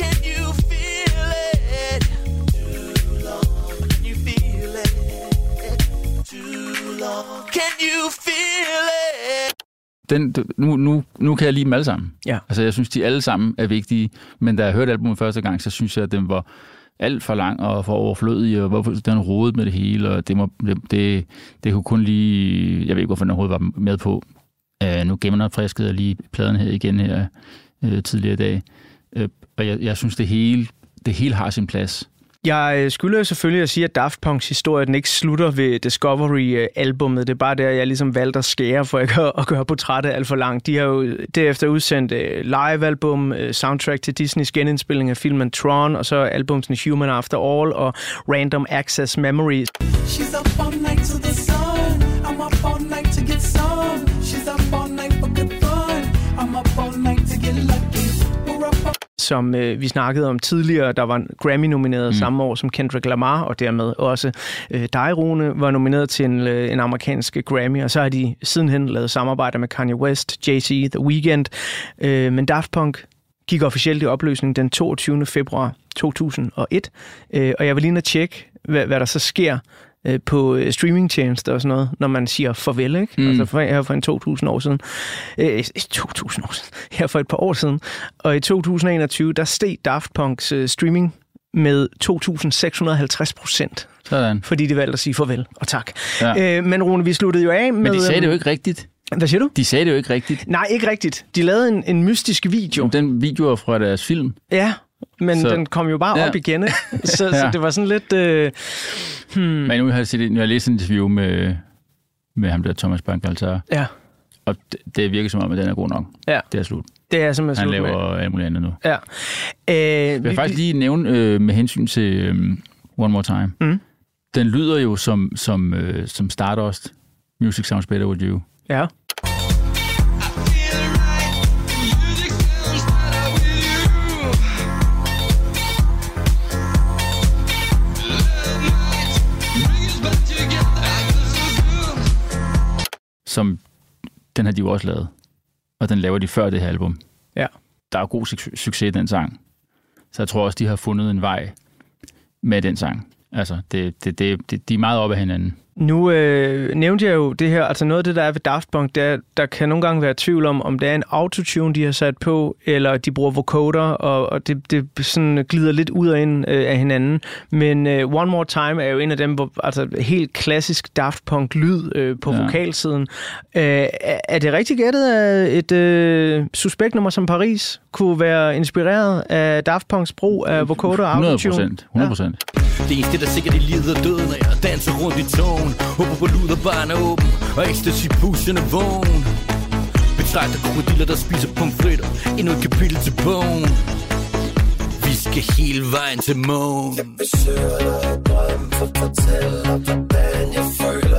Den, nu, nu, nu kan jeg lide dem alle sammen. Ja. Altså, jeg synes, de alle sammen er vigtige, men da jeg hørte albumet første gang, så synes jeg, at den var alt for lang og for overflødig, og hvorfor den rodede med det hele, og det, må, det, det, det kunne kun lige... Jeg ved ikke, hvorfor den overhovedet var med på. Uh, nu genopfriskede jeg lige pladen her igen her uh, tidligere i dag. Uh, og jeg, jeg synes, det hele, det hele har sin plads. Jeg skylder jo selvfølgelig at sige, at Daft Punks historie, den ikke slutter ved Discovery-albummet. Det er bare der, jeg ligesom valgte at skære, for ikke at gøre portrættet alt for langt. De har jo derefter udsendt live-album, soundtrack til Disneys genindspilling af filmen Tron, og så albumsen Human After All og Random Access Memories. She's up all night to the sun. I'm up all night to get some. She's up all night for good fun. I'm up all night to get lucky. som øh, vi snakkede om tidligere, der var Grammy-nomineret mm. samme år som Kendrick Lamar, og dermed også øh, dig, Rune, var nomineret til en, øh, en amerikansk Grammy, og så har de sidenhen lavet samarbejder med Kanye West, Jay-Z, The Weeknd, øh, men Daft Punk gik officielt i opløsning den toogtyvende februar to tusind og et, øh, og jeg vil lige at tjekke, hvad, hvad der så sker øh, på streamingtjenester og sådan noget, når man siger farvel, ikke? Mm. Altså for, her for en to tusind år siden. Øh, to tusind år siden. Her for et par år siden. Og i to tusind og enogtyve, der steg Daft Punks øh, streaming med to tusind seks hundrede og halvtreds procent. Sådan. Fordi de valgte at sige farvel og tak. Ja. Øh, men Rune, vi sluttede jo af med... Men de sagde det jo ikke rigtigt. Hvad siger du? De sagde det jo ikke rigtigt. Nej, ikke rigtigt. De lavede en, en mystisk video. Den video er fra deres film. Ja, men så. Den kom jo bare ja. op igen. Så, ja. så det var sådan lidt... Øh, hmm. Men nu har jeg, set, nu har jeg læst en interview med, med ham der, Thomas Bangalter. Ja. Og det, det virker som om, at den er god nok. Ja. Det er slut. Det er simpelthen Han slut laver alt muligt andet nu. Ja. Øh, jeg vil vi, faktisk lige nævne øh, med hensyn til øh, One More Time. Mm. Den lyder jo som, som, øh, som Stardust. Music Sounds Better With You. Ja. Som den har de jo også lavet. Og den laver de før det her album. Ja. Der er god su- succes i den sang. Så jeg tror også, de har fundet en vej med den sang. Altså, det, det, det, det, de er meget oppe af hinanden. Nu øh, nævnte jeg jo det her, altså noget af det, der er ved Daft Punk, der, der kan nogle gange være tvivl om, om det er en autotune, de har sat på, eller de bruger vocoder, og, og det, det sådan glider lidt ud og ind øh, af hinanden. Men øh, One More Time er jo en af dem, hvor altså helt klassisk Daft Punk-lyd øh, på ja. vokalsiden. Øh, er, er det rigtig gættet, at et øh, suspektnummer som Paris kunne være inspireret af Daft Punks brug af vocoder og autotune? hundrede procent. hundrede procent. Ja. Det eneste, der sikkert i livet er døden, når jeg danser rundt i tågen. Håber på lud og barn er åben, og ecstasy pushende vågen. Betragter krokodiller, der spiser pomfritter. Endnu et kapitel til bogen. Vi skal hele vejen til månen. Jeg besøger dig i drømmen for at fortælle dig, hvordan jeg føler.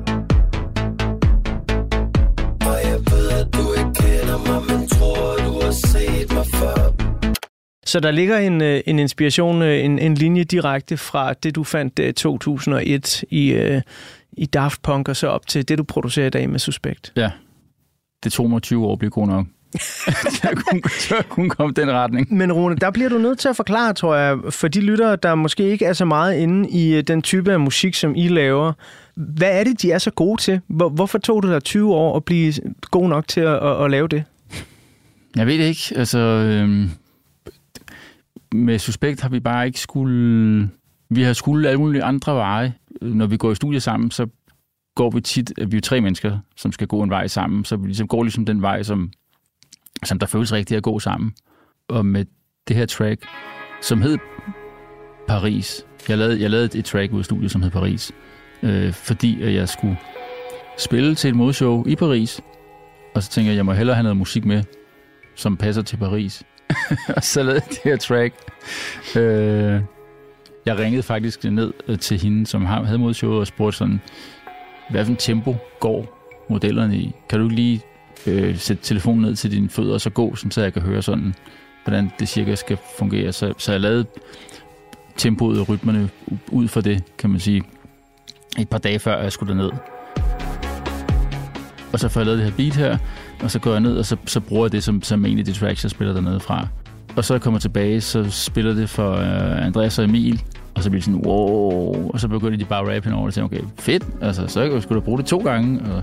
Og jeg ved, at du ikke kender mig, men tror, du har set mig før. Så der ligger en, en inspiration, en, en linje direkte fra det, du fandt i to tusind og et i, i Daft Punk, og så op til det, du producerer i dag med Suspekt. Ja, det tog mig tyve år at blive god nok. Jeg kunne, jeg kunne komme den retning. Men Rune, der bliver du nødt til at forklare, tror jeg, for de lyttere, der måske ikke er så meget inde i den type af musik, som I laver. Hvad er det, de er så gode til? Hvor, hvorfor tog det dig tyve år at blive god nok til at, at, at lave det? Jeg ved det ikke. Altså... Øhm Med Suspekt har vi bare ikke skulle... Vi har skulle alle mulige andre veje. Når vi går i studie sammen, så går vi tit... Vi er jo tre mennesker, som skal gå en vej sammen. Så vi ligesom går ligesom den vej, som, som der føles rigtigt at gå sammen. Og med det her track, som hed Paris. Jeg lavede, jeg lavede et track ud i studiet, som hed Paris. Øh, fordi at jeg skulle spille til et modshow i Paris. Og så tænker jeg, jeg må hellere have noget musik med, som passer til Paris. Og så lavede jeg det her track. Øh, jeg ringede faktisk ned til hende, som havde modshowet, og spurgte sådan, hvad for en tempo går modellerne i? Kan du lige øh, sætte telefonen ned til dine fødder, og så gå, så jeg kan høre sådan, hvordan det cirka skal fungere. Så, så jeg lavede tempoet og rytmerne ud for det, kan man sige, et par dage før jeg skulle derned. Og så får jeg lavet det her beat her, og så går jeg ned, og så, så bruger jeg det som, som en af de tracks, jeg spiller dernede fra. Og så kommer jeg tilbage, så spiller det for uh, Andreas og Emil, og så bliver det sådan, wow, og så begynder de bare at rappe henover, og så tænker okay, fedt, altså, så skulle du bruge det to gange. Og,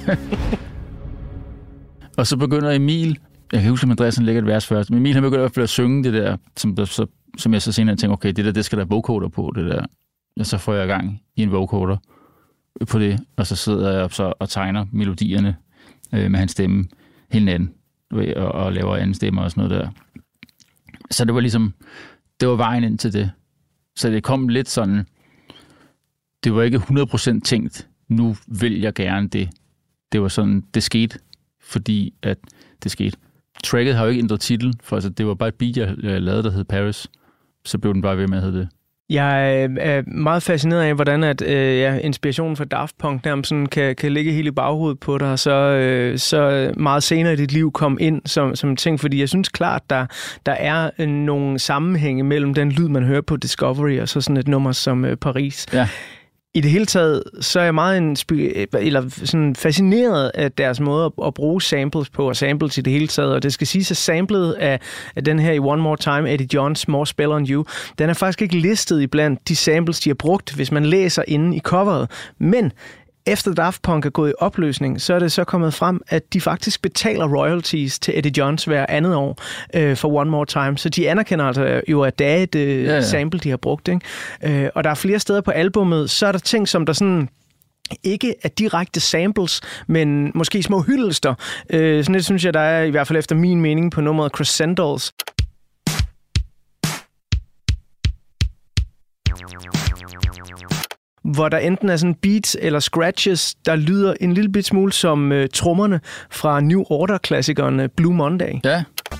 og så begynder Emil, jeg kan huske, at Andreas lægger et vers først, men Emil han begynder i hvert fald at synge det der, som, der, så, som jeg så senere tænker, okay, det der, det skal der vocoder på, det der. Og så får jeg i gang i en vocoder på det, og så sidder jeg så og tegner melodierne øh, med hans stemme hele natten, og, og laver anden stemmer og sådan noget der. Så det var ligesom, det var vejen ind til det. Så det kom lidt sådan, det var ikke hundrede procent tænkt, nu vil jeg gerne det. Det var sådan, det skete, fordi at det skete. Tracket har jo ikke ændret titel, for altså, det var bare et beat, jeg lavede, der hed Paris. Så blev den bare ved med at hedde det. Jeg er meget fascineret af, hvordan at, øh, ja, inspirationen fra Daft Punk nærmest sådan kan, kan ligge helt i baghovedet på dig, og så, øh, så meget senere i dit liv kom ind som, som ting, fordi jeg synes klart, der, der er øh, nogle sammenhænge mellem den lyd, man hører på Discovery, og så sådan et nummer som øh, Paris. Ja. I det hele taget, så er jeg meget inspi- eller sådan fascineret af deres måde at, at bruge samples på, og samples i det hele taget. Og det skal siges, at samplet af, af den her i One More Time, Eddie Johns More Spell on You, den er faktisk ikke listet i blandt de samples, de har brugt, hvis man læser inde i coveret. Men efter Daft Punk er gået i opløsning, så er det så kommet frem, at de faktisk betaler royalties til Eddie Johns hver andet år øh, for One More Time. Så de anerkender altså jo, at det er et øh, ja, ja. sample, de har brugt. Ikke? Øh, og der er flere steder på albummet, så er der ting, som der sådan ikke er direkte samples, men måske små hyldester. Øh, sådan det synes jeg, der er i hvert fald efter min mening på nummeret Crescendos. Hvor der enten er sådan beats eller scratches, der lyder en lille bit smule som øh, trommerne fra New Order-klassikeren Blue Monday. Ja.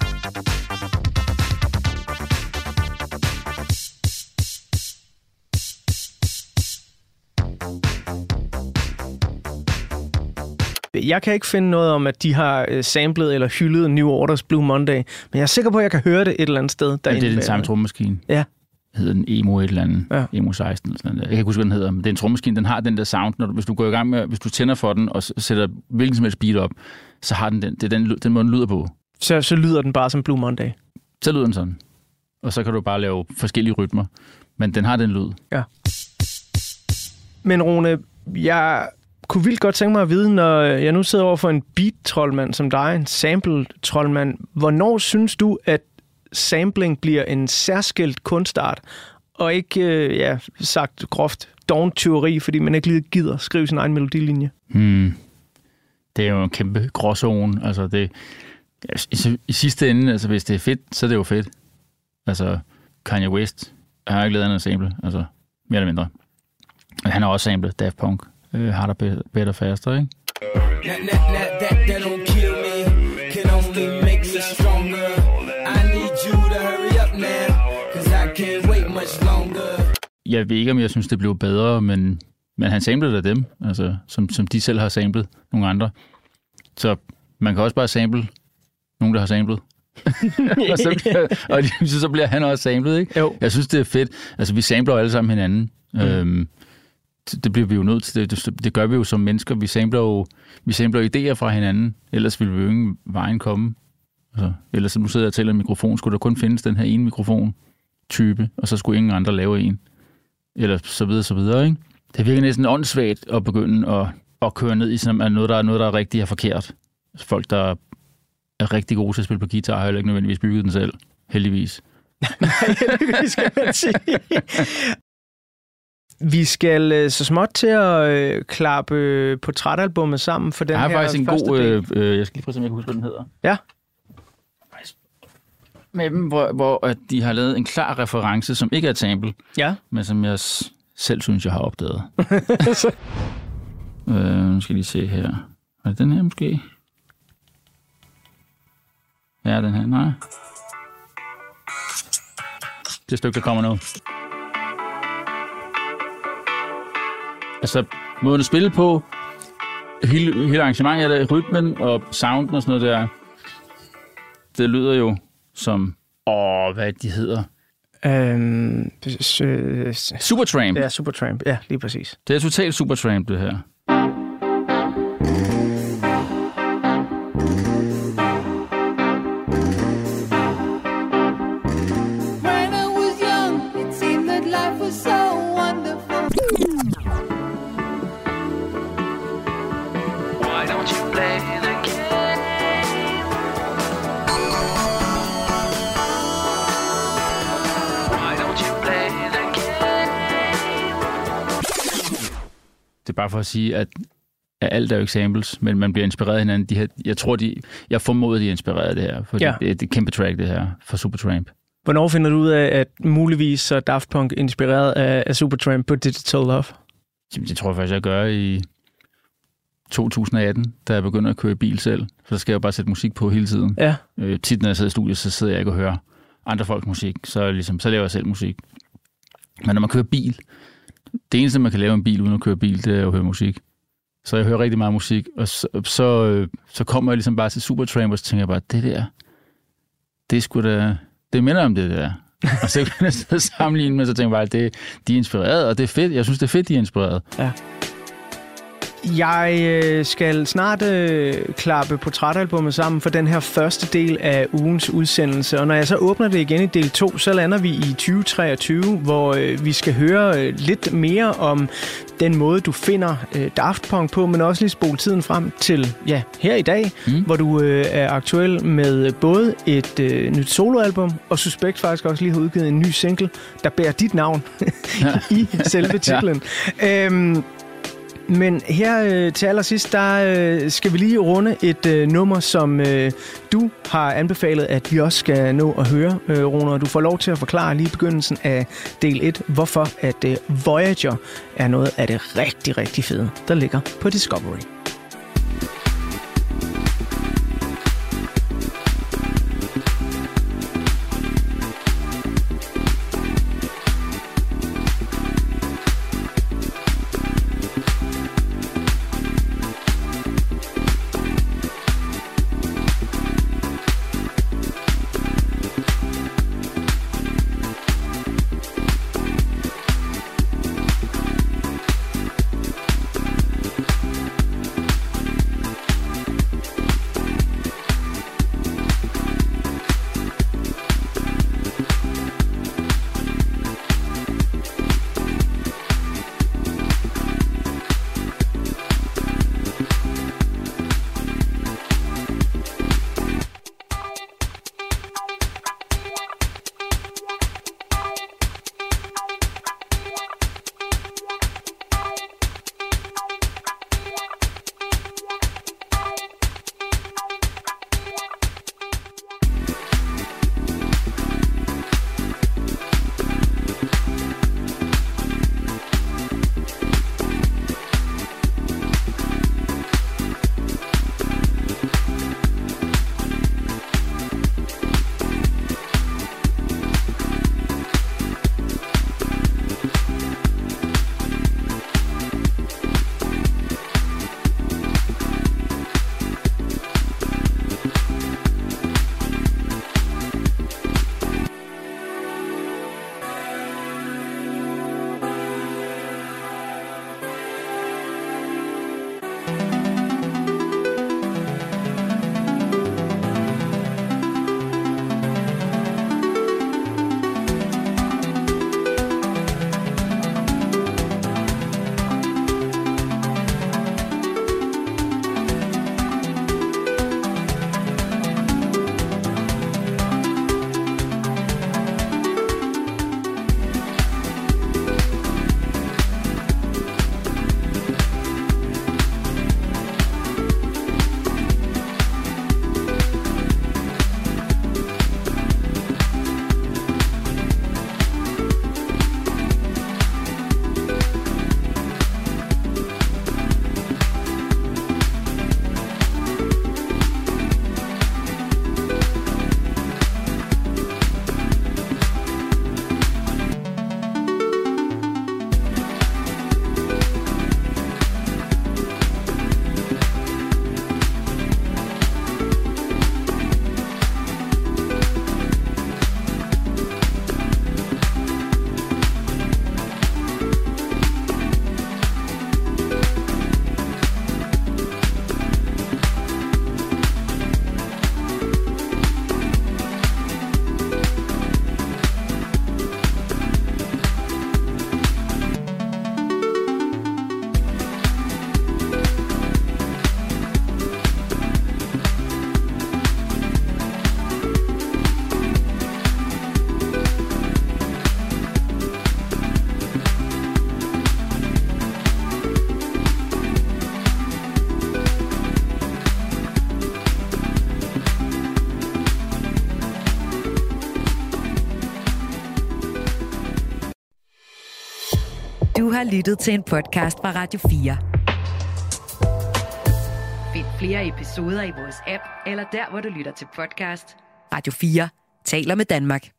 Jeg kan ikke finde noget om, at de har øh, samlet eller hyldet New Orders Blue Monday, men jeg er sikker på, at jeg kan høre det et eller andet sted. Ja, det er den samme trommemaskine. Ja. Hedder den Emo et eller andet. Ja. Emo seksten eller sådan noget. Jeg kan ikke huske, hvad den hedder, men det er en trommemaskine. Den har den der sound, når du, hvis du går i gang med, hvis du tænder for den og sætter hvilken som helst beat op, så har den den. Det er den, den måde, den lyder på. Så, så lyder den bare som Blue Monday? Så lyder den sådan. Og så kan du bare lave forskellige rytmer. Men den har den lyd. Ja. Men Rune, jeg kunne vildt godt tænke mig at vide, når jeg nu sidder over for en beat-troldmand som dig, en sample-troldmand, hvornår synes du, at sampling bliver en særskilt kunstart, og ikke, øh, ja, sagt groft, doven-tyveri, fordi man ikke lige gider skrive sin egen melodilinje? Hmm. Det er jo en kæmpe gråzone. Altså det, i, i sidste ende, altså hvis det er fedt, så er det jo fedt. Altså Kanye West har ikke lavet en sample, altså mere eller mindre. Han har også samlet Daft Punk. Uh, harder, better, faster, ikke? Jeg ved ikke, om jeg synes, det blev bedre, men, men han samlede af dem, altså, som, som de selv har samlet nogle andre. Så man kan også bare sample nogen, der har samlet. og så, bliver, og så, så bliver han også samlet, ikke? Jo. Jeg synes, det er fedt. Altså, vi samler jo alle sammen hinanden. Mm. Øhm, det bliver vi jo nødt til. Det, det, det gør vi jo som mennesker. Vi samler jo vi samler idéer fra hinanden. Ellers ville vi jo ingen vejen komme. Altså, ellers, som du sidder og tæller en mikrofon, skulle der kun findes den her ene mikrofon-type, og så skulle ingen andre lave en. Eller så videre, så videre, ikke? Det virker næsten åndssvagt at begynde at, at køre ned i sådan noget, der er noget, der er rigtigt og forkert. Folk, der er rigtig gode til at spille på guitar, har heller ikke nødvendigvis bygget den selv. Heldigvis. Nej, heldigvis skal man sige. Vi skal så småt til at øh, klappe øh, portrætalbummet sammen for den her første del. Jeg har faktisk en god... Øh, jeg skal lige prøve, om jeg kan huske, hvad den hedder. Ja. Med dem, hvor, hvor at de har lavet en klar reference, som ikke er et sample, ja. Men som jeg s- selv synes, jeg har opdaget. øh, nu skal jeg lige se her. Er det den her måske? Ja, den her. Nej. Det stykke, der kommer nu. Altså, måden at spille på, hele, hele arrangementet, der, rytmen og sounden og sådan noget der, det lyder jo som, åh, hvad de hedder? Øhm, Supertramp. Ja, Supertramp. Ja, lige præcis. Det er totalt Supertramp, det her. Bare for at sige, at, at alt er jo ikke samples, men man bliver inspireret af hinanden. De her, jeg tror, de, jeg formoder, de er inspireret af det her, for ja. det, det er et kæmpe track, det her, for Supertramp. Hvornår finder du ud af, at muligvis så Daft Punk inspireret af, af Supertramp på Digital Love? Jamen, det tror jeg faktisk, jeg gør i to tusind atten, da jeg begynder at køre i bil selv. Så skal jeg jo bare sætte musik på hele tiden. Ja. Øh, tit, når jeg sidder i studiet, så sidder jeg ikke og hører andre folks musik. Så, ligesom, så laver jeg selv musik. Men når man kører bil, det eneste, man kan lave en bil uden at køre bil, det er at høre musik. Så jeg hører rigtig meget musik, og så, så, så kommer jeg ligesom bare til Supertramp, og så tænker jeg bare, det der, det er sgu da, det minder om det der. Og så kan jeg sidde og sammenligne med, så tænker jeg bare, det, de er inspireret, og det er fedt. Jeg synes, det er fedt, de er inspireret. Ja. Jeg øh, skal snart øh, klappe portrætalbummet sammen for den her første del af ugens udsendelse. Og når jeg så åbner det igen i del to, så lander vi i tyve treogtyve, hvor øh, vi skal høre øh, lidt mere om den måde, du finder øh, Daft Punk på, men også lige spole tiden frem til ja, her i dag, mm. hvor du øh, er aktuel med både et øh, nyt soloalbum, og Suspekt faktisk også lige har udgivet en ny single, der bærer dit navn i selve titlen. Ja. Øhm, Men her øh, til allersidst, der øh, skal vi lige runde et øh, nummer, som øh, du har anbefalet, at vi også skal nå at høre, øh, Rune. Du får lov til at forklare lige i begyndelsen af del et, hvorfor at øh, Voyager er noget af det rigtig, rigtig fede, der ligger på Discovery. Du har lyttet til en podcast fra Radio fire. Find flere episoder i vores app, eller der, hvor du lytter til podcast. Radio fire taler med Danmark.